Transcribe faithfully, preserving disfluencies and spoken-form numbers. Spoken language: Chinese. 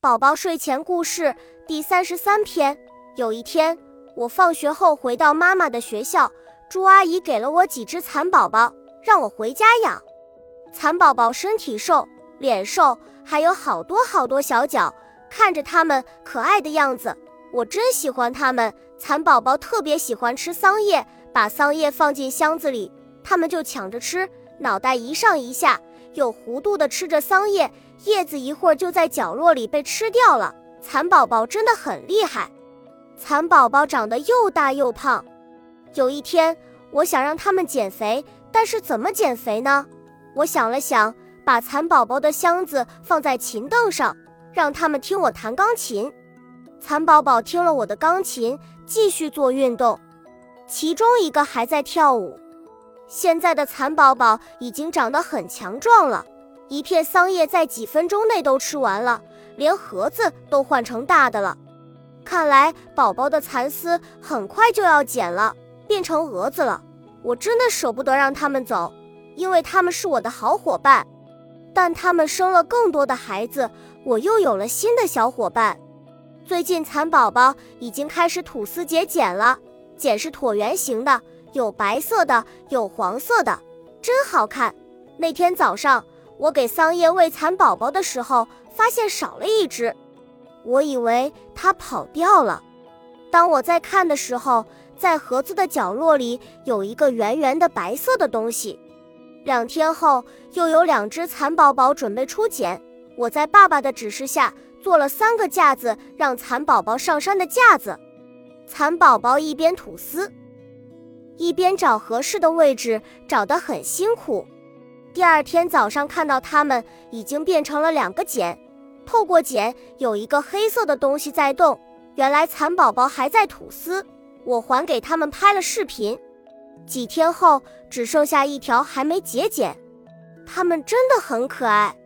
宝宝睡前故事第三十三篇。有一天，我放学后回到妈妈的学校，朱阿姨给了我几只蚕宝宝，让我回家养。蚕宝宝身体瘦，脸瘦，还有好多好多小脚，看着它们可爱的样子，我真喜欢它们。蚕宝宝特别喜欢吃桑叶，把桑叶放进箱子里，它们就抢着吃，脑袋一上一下，有弧度地吃着桑叶，叶子一会儿就在角落里被吃掉了。蚕宝宝真的很厉害。蚕宝宝长得又大又胖。有一天，我想让它们减肥，但是怎么减肥呢？我想了想，把蚕宝宝的箱子放在琴凳上，让它们听我弹钢琴。蚕宝宝听了我的钢琴，继续做运动，其中一个还在跳舞。现在的蚕宝宝已经长得很强壮了，一片桑叶在几分钟内都吃完了，连盒子都换成大的了。看来宝宝的蚕丝很快就要剪了，变成蛾子了。我真的舍不得让它们走，因为它们是我的好伙伴。但它们生了更多的孩子，我又有了新的小伙伴。最近蚕宝宝已经开始吐丝结茧了，茧是椭圆形的，有白色的，有黄色的，真好看。那天早上，我给桑叶喂蚕宝宝的时候，发现少了一只，我以为它跑掉了。当我在看的时候，在盒子的角落里有一个圆圆的白色的东西。两天后，又有两只蚕宝宝准备出茧，我在爸爸的指示下做了三个架子，让蚕宝宝上山的架子。蚕宝宝一边吐丝，一边找合适的位置，找得很辛苦。第二天早上看到它们已经变成了两个茧，透过茧有一个黑色的东西在动，原来蚕宝宝还在吐丝。我还给它们拍了视频。几天后，只剩下一条还没结茧，它们真的很可爱。